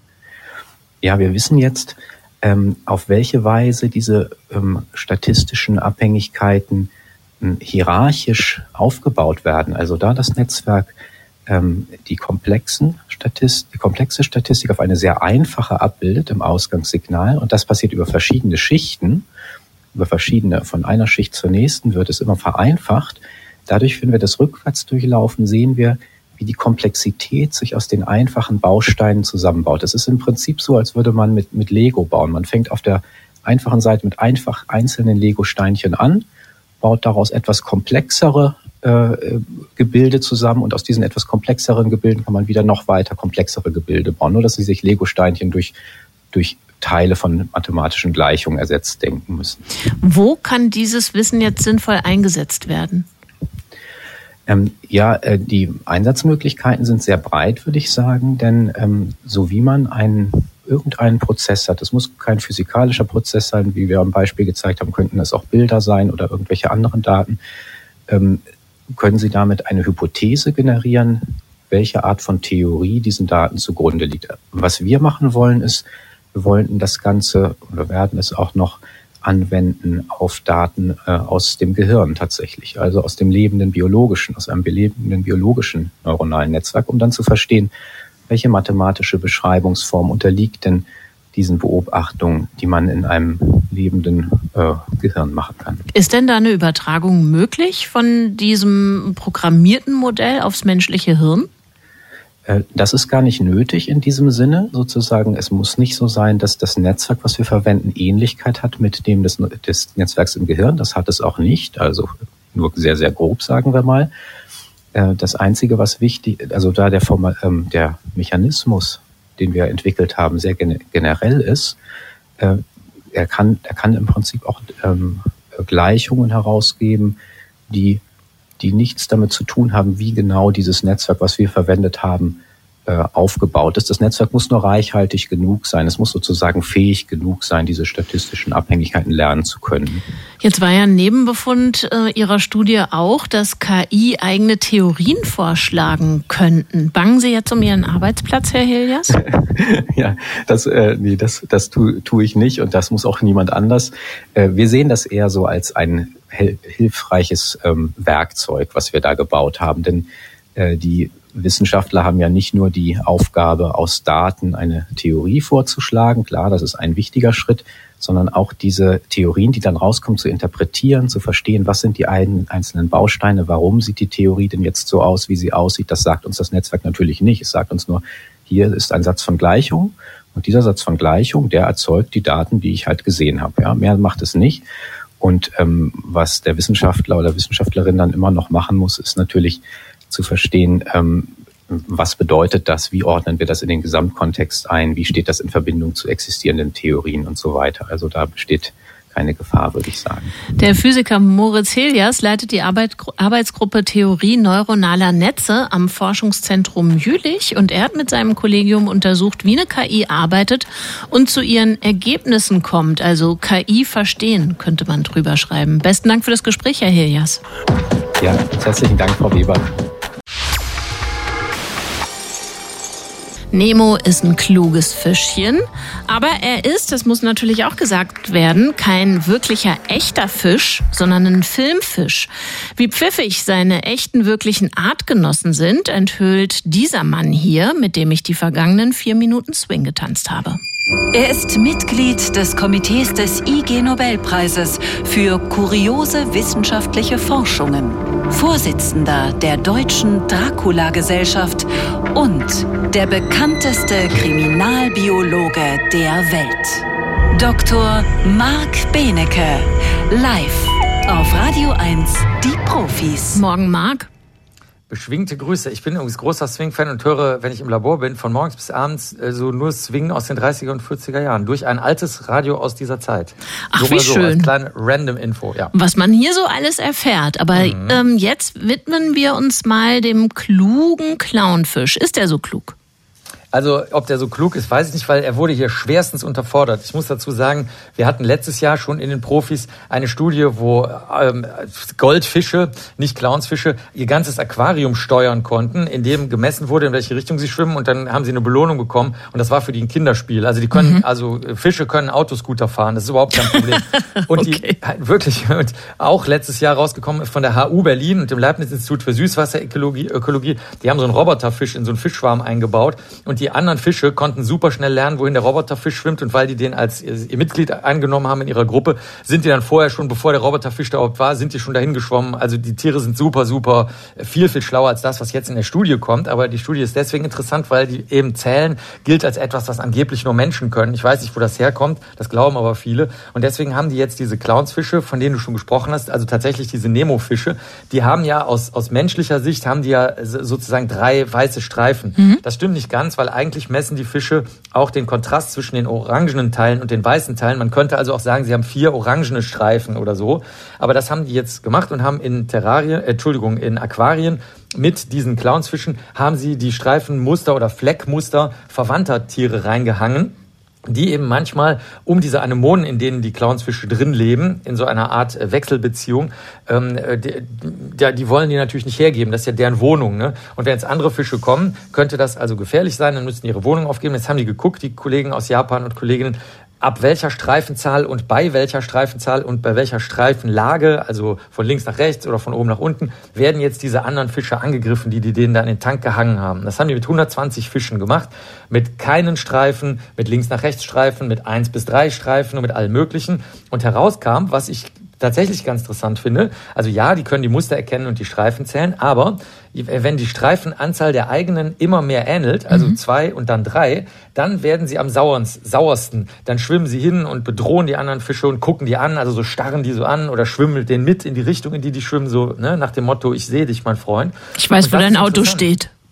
Ja, wir wissen jetzt, ähm, auf welche Weise diese ähm, statistischen Abhängigkeiten ähm, hierarchisch aufgebaut werden. Also da das Netzwerk ähm, die komplexen Statist- die komplexe Statistik auf eine sehr einfache abbildet im Ausgangssignal und das passiert über verschiedene Schichten, über verschiedene, von einer Schicht zur nächsten wird es immer vereinfacht. Dadurch, wenn wir das rückwärts durchlaufen, sehen wir, wie die Komplexität sich aus den einfachen Bausteinen zusammenbaut. Es ist im Prinzip so, als würde man mit, mit Lego bauen. Man fängt auf der einfachen Seite mit einfach einzelnen Lego-Steinchen an, baut daraus etwas komplexere äh, Gebilde zusammen und aus diesen etwas komplexeren Gebilden kann man wieder noch weiter komplexere Gebilde bauen. Nur, dass sie sich Lego-Steinchen durch, durch Teile von mathematischen Gleichungen ersetzt denken müssen. Wo kann dieses Wissen jetzt sinnvoll eingesetzt werden? Ähm, ja, äh, die Einsatzmöglichkeiten sind sehr breit, würde ich sagen, denn ähm, so wie man einen, irgendeinen Prozess hat, das muss kein physikalischer Prozess sein, wie wir am Beispiel gezeigt haben, könnten es auch Bilder sein oder irgendwelche anderen Daten, ähm, können Sie damit eine Hypothese generieren, welche Art von Theorie diesen Daten zugrunde liegt. Was wir machen wollen, ist, wir wollten das Ganze oder werden es auch noch anwenden auf Daten äh, aus dem Gehirn tatsächlich, also aus dem lebenden biologischen, aus einem belebenden biologischen neuronalen Netzwerk, um dann zu verstehen, welche mathematische Beschreibungsform unterliegt denn diesen Beobachtungen, die man in einem lebenden äh, Gehirn machen kann. Ist denn da eine Übertragung möglich von diesem programmierten Modell aufs menschliche Hirn? Das ist gar nicht nötig in diesem Sinne, sozusagen. Es muss nicht so sein, dass das Netzwerk, was wir verwenden, Ähnlichkeit hat mit dem des, des Netzwerks im Gehirn. Das hat es auch nicht, also nur sehr, sehr grob, sagen wir mal. Das Einzige, was wichtig, also da der, Formal, ähm, der Mechanismus, den wir entwickelt haben, sehr generell ist, äh, er kann, er kann im Prinzip auch ähm, Gleichungen herausgeben, die die nichts damit zu tun haben, wie genau dieses Netzwerk, was wir verwendet haben, äh, aufgebaut ist. Das Netzwerk muss nur reichhaltig genug sein. Es muss sozusagen fähig genug sein, diese statistischen Abhängigkeiten lernen zu können. Jetzt war ja ein Nebenbefund äh, Ihrer Studie auch, dass K I eigene Theorien vorschlagen könnten. Bangen Sie jetzt um Ihren Arbeitsplatz, Herr Hilliers? Ja, das, äh, nee, das, das tue tu ich nicht und das muss auch niemand anders. Äh, wir sehen das eher so als ein hel- hilfreiches ähm, Werkzeug, was wir da gebaut haben. Denn äh, die Wissenschaftler haben ja nicht nur die Aufgabe, aus Daten eine Theorie vorzuschlagen, klar, das ist ein wichtiger Schritt, sondern auch diese Theorien, die dann rauskommen, zu interpretieren, zu verstehen, was sind die einzelnen Bausteine, warum sieht die Theorie denn jetzt so aus, wie sie aussieht. Das sagt uns das Netzwerk natürlich nicht. Es sagt uns nur, hier ist ein Satz von Gleichung und dieser Satz von Gleichung, der erzeugt die Daten, die ich halt gesehen habe. Ja, mehr macht es nicht. Und ähm, was der Wissenschaftler oder Wissenschaftlerin dann immer noch machen muss, ist natürlich zu verstehen, ähm, was bedeutet das, wie ordnen wir das in den Gesamtkontext ein, wie steht das in Verbindung zu existierenden Theorien und so weiter. Also da besteht keine Gefahr, würde ich sagen. Der Physiker Moritz Hilliers leitet die Arbeit, Arbeitsgruppe Theorie neuronaler Netze am Forschungszentrum Jülich und er hat mit seinem Kollegium untersucht, wie eine K I arbeitet und zu ihren Ergebnissen kommt. Also K I verstehen, könnte man drüber schreiben. Besten Dank für das Gespräch, Herr Hilliers. Ja, herzlichen Dank, Frau Weber. Nemo ist ein kluges Fischchen, aber er ist, das muss natürlich auch gesagt werden, kein wirklicher echter Fisch, sondern ein Filmfisch. Wie pfiffig seine echten, wirklichen Artgenossen sind, enthüllt dieser Mann hier, mit dem ich die vergangenen vier Minuten Swing getanzt habe. Er ist Mitglied des Komitees des I G-Nobelpreises für kuriose wissenschaftliche Forschungen, Vorsitzender der Deutschen Dracula-Gesellschaft und der bekannteste Kriminalbiologe der Welt. Doktor Marc Benecke, live auf Radio eins, die Profis. Morgen, Marc. Beschwingte Grüße. Ich bin übrigens großer Swing-Fan und höre, wenn ich im Labor bin, von morgens bis abends äh, so nur Swing aus den dreißiger und vierziger Jahren. Durch ein altes Radio aus dieser Zeit. Ach, so wie so, schön. Als kleine Random-Info, ja. Was man hier so alles erfährt. Aber mhm. ähm, jetzt widmen wir uns mal dem klugen Clownfisch. Ist der so klug? Also, ob der so klug ist, weiß ich nicht, weil er wurde hier schwerstens unterfordert. Ich muss dazu sagen, wir hatten letztes Jahr schon in den Profis eine Studie, wo ähm, Goldfische, nicht Clownsfische, ihr ganzes Aquarium steuern konnten, in dem gemessen wurde, in welche Richtung sie schwimmen, und dann haben sie eine Belohnung bekommen, und das war für die ein Kinderspiel. Also die können, mhm. also Fische können Autoscooter fahren, das ist überhaupt kein Problem. Und okay. die wirklich und auch letztes Jahr rausgekommen ist von der H U Berlin und dem Leibniz-Institut für Süßwasserökologie, Ökologie, die haben so einen Roboterfisch in so einen Fischschwarm eingebaut, und die anderen Fische konnten super schnell lernen, wohin der Roboterfisch schwimmt, und weil die den als ihr Mitglied angenommen haben in ihrer Gruppe, sind die dann vorher schon, bevor der Roboterfisch da überhaupt war, sind die schon dahin geschwommen. Also die Tiere sind super, super viel, viel schlauer als das, was jetzt in der Studie kommt. Aber die Studie ist deswegen interessant, weil die eben zählen, gilt als etwas, was angeblich nur Menschen können. Ich weiß nicht, wo das herkommt, das glauben aber viele. Und deswegen haben die jetzt diese Clownsfische, von denen du schon gesprochen hast, also tatsächlich diese Nemo-Fische, die haben ja aus, aus menschlicher Sicht, haben die ja sozusagen drei weiße Streifen. Mhm. Das stimmt nicht ganz, weil eigentlich messen die Fische auch den Kontrast zwischen den orangenen Teilen und den weißen Teilen. Man könnte also auch sagen, sie haben vier orangene Streifen oder so. Aber das haben die jetzt gemacht und haben in Terrarien, äh, Entschuldigung, in Aquarien mit diesen Clownsfischen haben sie die Streifenmuster oder Fleckmuster verwandter Tiere reingehangen, die eben manchmal um diese Anemonen, in denen die Clownsfische drin leben, in so einer Art Wechselbeziehung, ähm, die, die, die wollen die natürlich nicht hergeben, das ist ja deren Wohnung, ne? Und wenn jetzt andere Fische kommen, könnte das also gefährlich sein, dann müssen die ihre Wohnung aufgeben. Jetzt haben die geguckt, die Kollegen aus Japan und Kolleginnen, ab welcher Streifenzahl und bei welcher Streifenzahl und bei welcher Streifenlage, also von links nach rechts oder von oben nach unten, werden jetzt diese anderen Fische angegriffen, die die denen da in den Tank gehangen haben. Das haben die mit hundertzwanzig Fischen gemacht, mit keinen Streifen, mit links nach rechts Streifen, mit eins bis drei Streifen und mit allem Möglichen. Und herauskam, was ich tatsächlich ganz interessant finde, also ja, die können die Muster erkennen und die Streifen zählen, aber wenn die Streifenanzahl der eigenen immer mehr ähnelt, also mhm. zwei und dann drei, dann werden sie am sauersten. Dann schwimmen sie hin und bedrohen die anderen Fische und gucken die an, also so starren die so an oder schwimmen mit denen mit in die Richtung, in die die schwimmen, so ne, nach dem Motto, ich sehe dich, mein Freund. Ich weiß, wo dein Auto steht.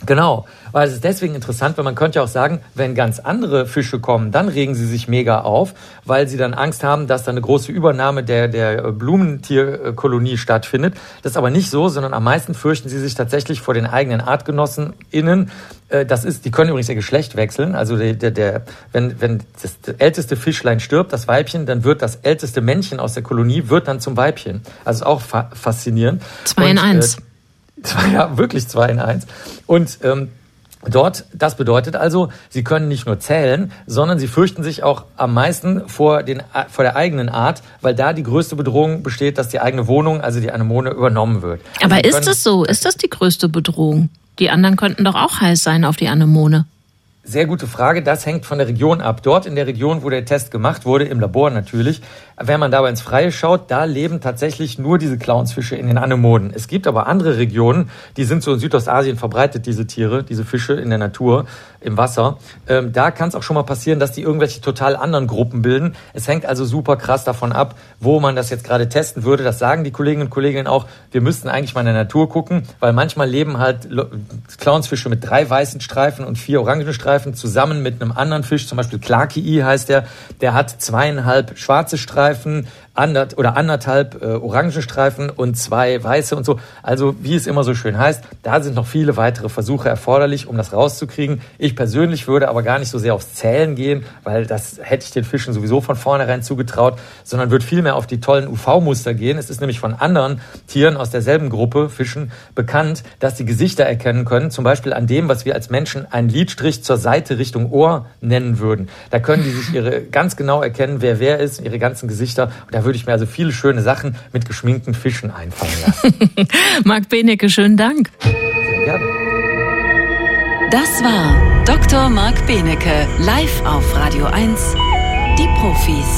Genau, weil es ist deswegen interessant, weil man könnte ja auch sagen, wenn ganz andere Fische kommen, dann regen sie sich mega auf, weil sie dann Angst haben, dass da eine große Übernahme der, der Blumentierkolonie stattfindet. Das ist aber nicht so, sondern am meisten fürchten sie sich tatsächlich vor den eigenen ArtgenossInnen. Das ist, die können übrigens ihr Geschlecht wechseln. Also der, der, der, wenn, wenn das älteste Fischlein stirbt, das Weibchen, dann wird das älteste Männchen aus der Kolonie wird dann zum Weibchen. Also ist auch fa- faszinierend. Zwei in eins. Äh, Zwei, ja, wirklich zwei in eins. Und ähm, dort, das bedeutet also, sie können nicht nur zählen, sondern sie fürchten sich auch am meisten vor, den, vor der eigenen Art, weil da die größte Bedrohung besteht, dass die eigene Wohnung, also die Anemone, übernommen wird. Aber also ist das so? Ist das die größte Bedrohung? Die anderen könnten doch auch heiß sein auf die Anemone. Sehr gute Frage. Das hängt von der Region ab. Dort in der Region, wo der Test gemacht wurde, im Labor natürlich, wenn man dabei ins Freie schaut, da leben tatsächlich nur diese Clownsfische in den Anemonen. Es gibt aber andere Regionen, die sind so in Südostasien verbreitet, diese Tiere, diese Fische in der Natur, im Wasser. Ähm, da kann es auch schon mal passieren, dass die irgendwelche total anderen Gruppen bilden. Es hängt also super krass davon ab, wo man das jetzt gerade testen würde. Das sagen die Kolleginnen und Kollegen auch. Wir müssten eigentlich mal in der Natur gucken, weil manchmal leben halt Clownsfische mit drei weißen Streifen und vier orangen Streifen zusammen mit einem anderen Fisch, zum Beispiel Clarkii heißt der, der hat zweieinhalb schwarze Streifen, Andert, oder anderthalb äh, orange Streifen und zwei weiße und so. Also wie es immer so schön heißt, da sind noch viele weitere Versuche erforderlich, um das rauszukriegen. Ich persönlich würde aber gar nicht so sehr aufs Zählen gehen, weil das hätte ich den Fischen sowieso von vornherein zugetraut, sondern würde vielmehr auf die tollen U V-Muster gehen. Es ist nämlich von anderen Tieren aus derselben Gruppe, Fischen, bekannt, dass die Gesichter erkennen können, zum Beispiel an dem, was wir als Menschen einen Lidstrich zur Seite Richtung Ohr nennen würden. Da können die sich ihre ganz genau erkennen, wer wer ist, ihre ganzen Gesichter. Und da würde ich mir also viele schöne Sachen mit geschminkten Fischen einfallen lassen. Marc Benecke, schönen Dank. Sehr gerne. Das war Doktor Marc Benecke, live auf Radio eins, die Profis.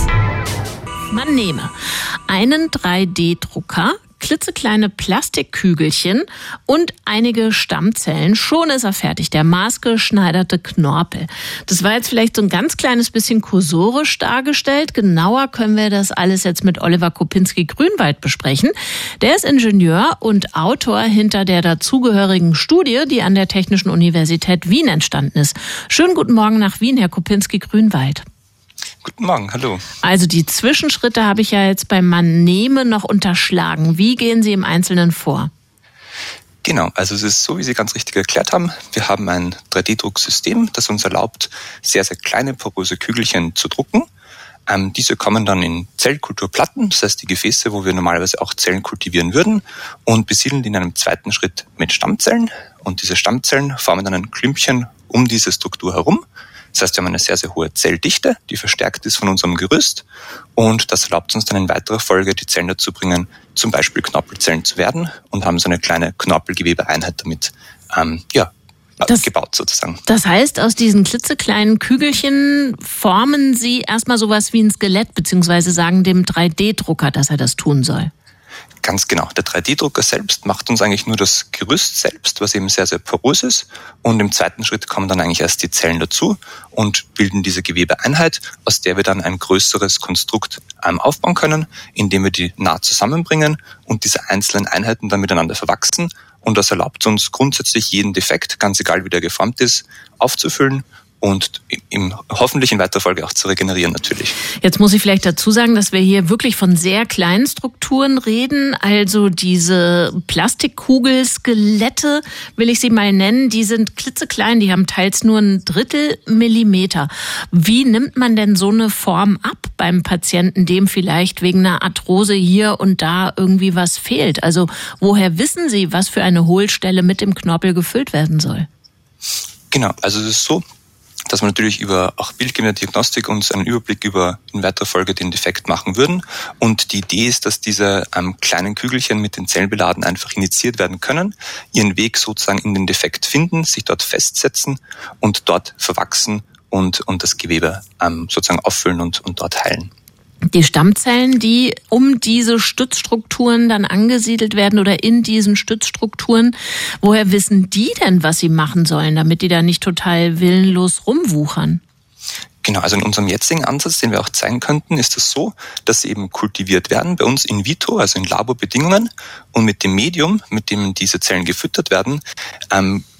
Man nehme einen drei D Drucker, klitzekleine Plastikkügelchen und einige Stammzellen. Schon ist er fertig, der maßgeschneiderte Knorpel. Das war jetzt vielleicht so ein ganz kleines bisschen kursorisch dargestellt. Genauer können wir das alles jetzt mit Oliver Kopinski-Grünwald besprechen. Der ist Ingenieur und Autor hinter der dazugehörigen Studie, die an der Technischen Universität Wien entstanden ist. Schönen guten Morgen nach Wien, Herr Kopinski-Grünwald. Guten Morgen, hallo. Also die Zwischenschritte habe ich ja jetzt beim Mannehme noch unterschlagen. Wie gehen Sie im Einzelnen vor? Genau, also es ist so, wie Sie ganz richtig erklärt haben. Wir haben ein drei D Drucksystem, das uns erlaubt, sehr, sehr kleine poröse Kügelchen zu drucken. Ähm, diese kommen dann in Zellkulturplatten, das heißt die Gefäße, wo wir normalerweise auch Zellen kultivieren würden, und besiedeln die in einem zweiten Schritt mit Stammzellen. Und diese Stammzellen formen dann ein Klümpchen um diese Struktur herum. Das heißt, wir haben eine sehr, sehr hohe Zelldichte, die verstärkt ist von unserem Gerüst. Und das erlaubt uns dann in weiterer Folge, die Zellen dazu bringen, zum Beispiel Knorpelzellen zu werden, und haben so eine kleine Knorpelgewebeeinheit damit ähm, ja, das, gebaut sozusagen. Das heißt, aus diesen klitzekleinen Kügelchen formen Sie erstmal sowas wie ein Skelett, beziehungsweise sagen dem drei D Drucker, dass er das tun soll. Ganz genau. Der drei D Drucker selbst macht uns eigentlich nur das Gerüst selbst, was eben sehr, sehr porös ist. Und im zweiten Schritt kommen dann eigentlich erst die Zellen dazu und bilden diese Gewebeeinheit, aus der wir dann ein größeres Konstrukt ähm, aufbauen können, indem wir die nah zusammenbringen und diese einzelnen Einheiten dann miteinander verwachsen. Und das erlaubt uns grundsätzlich jeden Defekt, ganz egal wie der geformt ist, aufzufüllen und im, hoffentlich in weiterer Folge auch zu regenerieren natürlich. Jetzt muss ich vielleicht dazu sagen, dass wir hier wirklich von sehr kleinen Strukturen reden. Also diese Plastikkugelskelette, will ich sie mal nennen, die sind klitzeklein, die haben teils nur ein Drittel Millimeter. Wie nimmt man denn so eine Form ab beim Patienten, dem vielleicht wegen einer Arthrose hier und da irgendwie was fehlt? Also woher wissen Sie, was für eine Hohlstelle mit dem Knorpel gefüllt werden soll? Genau, also es ist so, dass wir natürlich über auch bildgebende Diagnostik uns einen Überblick über in weiterer Folge den Defekt machen würden. Und die Idee ist, dass diese ähm, kleinen Kügelchen mit den Zellen beladen einfach injiziert werden können, ihren Weg sozusagen in den Defekt finden, sich dort festsetzen und dort verwachsen und, und das Gewebe ähm, sozusagen auffüllen und, und dort heilen. Die Stammzellen, die um diese Stützstrukturen dann angesiedelt werden oder in diesen Stützstrukturen, woher wissen die denn, was sie machen sollen, damit die da nicht total willenlos rumwuchern? Genau, also in unserem jetzigen Ansatz, den wir auch zeigen könnten, ist es so, dass sie eben kultiviert werden bei uns in vitro, also in Laborbedingungen, und mit dem Medium, mit dem diese Zellen gefüttert werden, ähm,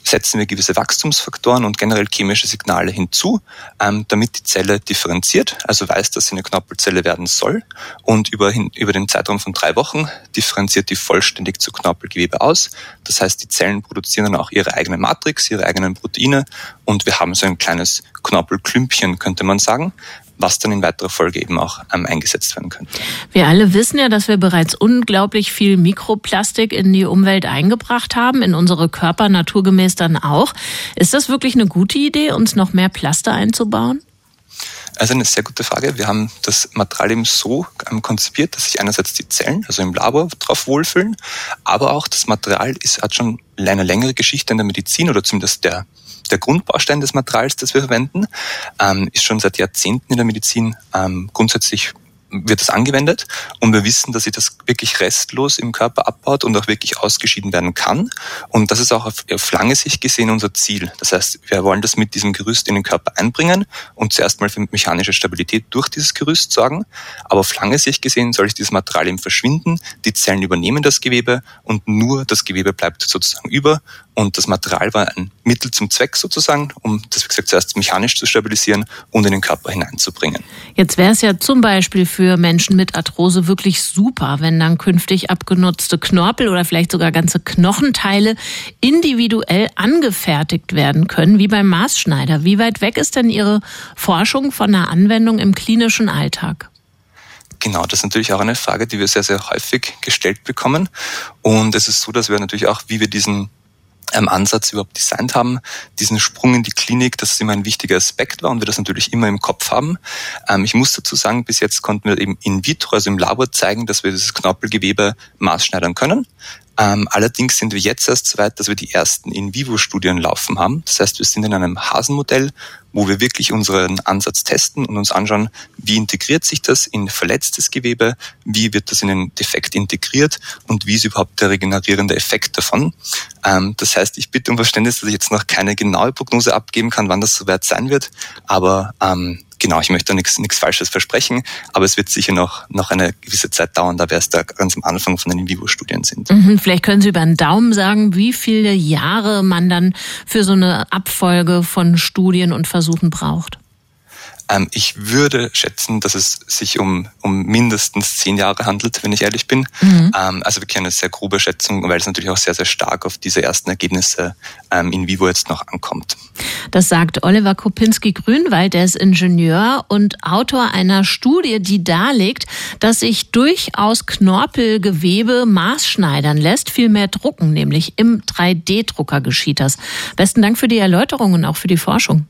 setzen wir gewisse Wachstumsfaktoren und generell chemische Signale hinzu, ähm, damit die Zelle differenziert, also weiß, dass sie eine Knorpelzelle werden soll, und über, hin, über den Zeitraum von drei Wochen differenziert die vollständig zu Knorpelgewebe aus. Das heißt, die Zellen produzieren dann auch ihre eigene Matrix, ihre eigenen Proteine, und wir haben so ein kleines Knorpelklümpchen, könnte man sagen, was dann in weiterer Folge eben auch ähm, eingesetzt werden könnte. Wir alle wissen ja, dass wir bereits unglaublich viel Mikroplastik in die Umwelt eingebracht haben, in unsere Körper naturgemäß dann auch. Ist das wirklich eine gute Idee, uns noch mehr Plaster einzubauen? Also eine sehr gute Frage. Wir haben das Material eben so ähm, konzipiert, dass sich einerseits die Zellen, also im Labor, drauf wohlfühlen, aber auch das Material ist, hat schon eine längere Geschichte in der Medizin, oder zumindest der Der Grundbaustein des Materials, das wir verwenden, ähm, ist schon seit Jahrzehnten in der Medizin ähm, grundsätzlich wird das angewendet, und wir wissen, dass sich das wirklich restlos im Körper abbaut und auch wirklich ausgeschieden werden kann, und das ist auch auf, auf lange Sicht gesehen unser Ziel. Das heißt, wir wollen das mit diesem Gerüst in den Körper einbringen und zuerst mal für mechanische Stabilität durch dieses Gerüst sorgen, aber auf lange Sicht gesehen soll dieses Material eben verschwinden, die Zellen übernehmen das Gewebe und nur das Gewebe bleibt sozusagen über, und das Material war ein Mittel zum Zweck sozusagen, um das, wie gesagt, zuerst mechanisch zu stabilisieren und in den Körper hineinzubringen. Jetzt wäre es ja zum Beispiel für Menschen mit Arthrose wirklich super, wenn dann künftig abgenutzte Knorpel oder vielleicht sogar ganze Knochenteile individuell angefertigt werden können, wie beim Maßschneider. Wie weit weg ist denn Ihre Forschung von der Anwendung im klinischen Alltag? Genau, das ist natürlich auch eine Frage, die wir sehr, sehr häufig gestellt bekommen. Und es ist so, dass wir natürlich auch, wie wir diesen ähm, Ansatz überhaupt designt haben, diesen Sprung in die Klinik, dass es immer ein wichtiger Aspekt war und wir das natürlich immer im Kopf haben. Ähm, ich muss dazu sagen, bis jetzt konnten wir eben in vitro, also im Labor, zeigen, dass wir dieses Knorpelgewebe maßschneidern können. Ähm, allerdings sind wir jetzt erst so weit, dass wir die ersten In-vivo-Studien laufen haben. Das heißt, wir sind in einem Hasenmodell, wo wir wirklich unseren Ansatz testen und uns anschauen, wie integriert sich das in verletztes Gewebe, wie wird das in den Defekt integriert und wie ist überhaupt der regenerierende Effekt davon. Ähm, das heißt, ich bitte um Verständnis, dass ich jetzt noch keine genaue Prognose abgeben kann, wann das soweit sein wird, aber ähm, genau, ich möchte da nichts, nichts Falsches versprechen, aber es wird sicher noch, noch eine gewisse Zeit dauern, da wir erst da ganz am Anfang von den In-vivo-Studien sind. Mhm, vielleicht können Sie über den Daumen sagen, wie viele Jahre man dann für so eine Abfolge von Studien und Versuchen braucht. Ähm, ich würde schätzen, dass es sich um, um mindestens zehn Jahre handelt, wenn ich ehrlich bin. Mhm. Ähm, also wirklich eine sehr grobe Schätzung, weil es natürlich auch sehr, sehr stark auf diese ersten Ergebnisse ähm, in vivo jetzt noch ankommt. Das sagt Oliver Kopinski-Grünwald, der ist Ingenieur und Autor einer Studie, die darlegt, dass sich durchaus Knorpelgewebe maßschneidern lässt, viel mehr drucken, nämlich im drei D Drucker geschieht das. Besten Dank für die Erläuterung und auch für die Forschung.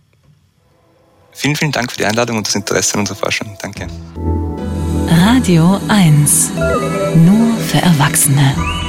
Vielen, vielen Dank für die Einladung und das Interesse an unserer Forschung. Danke. Radio eins. Nur für Erwachsene.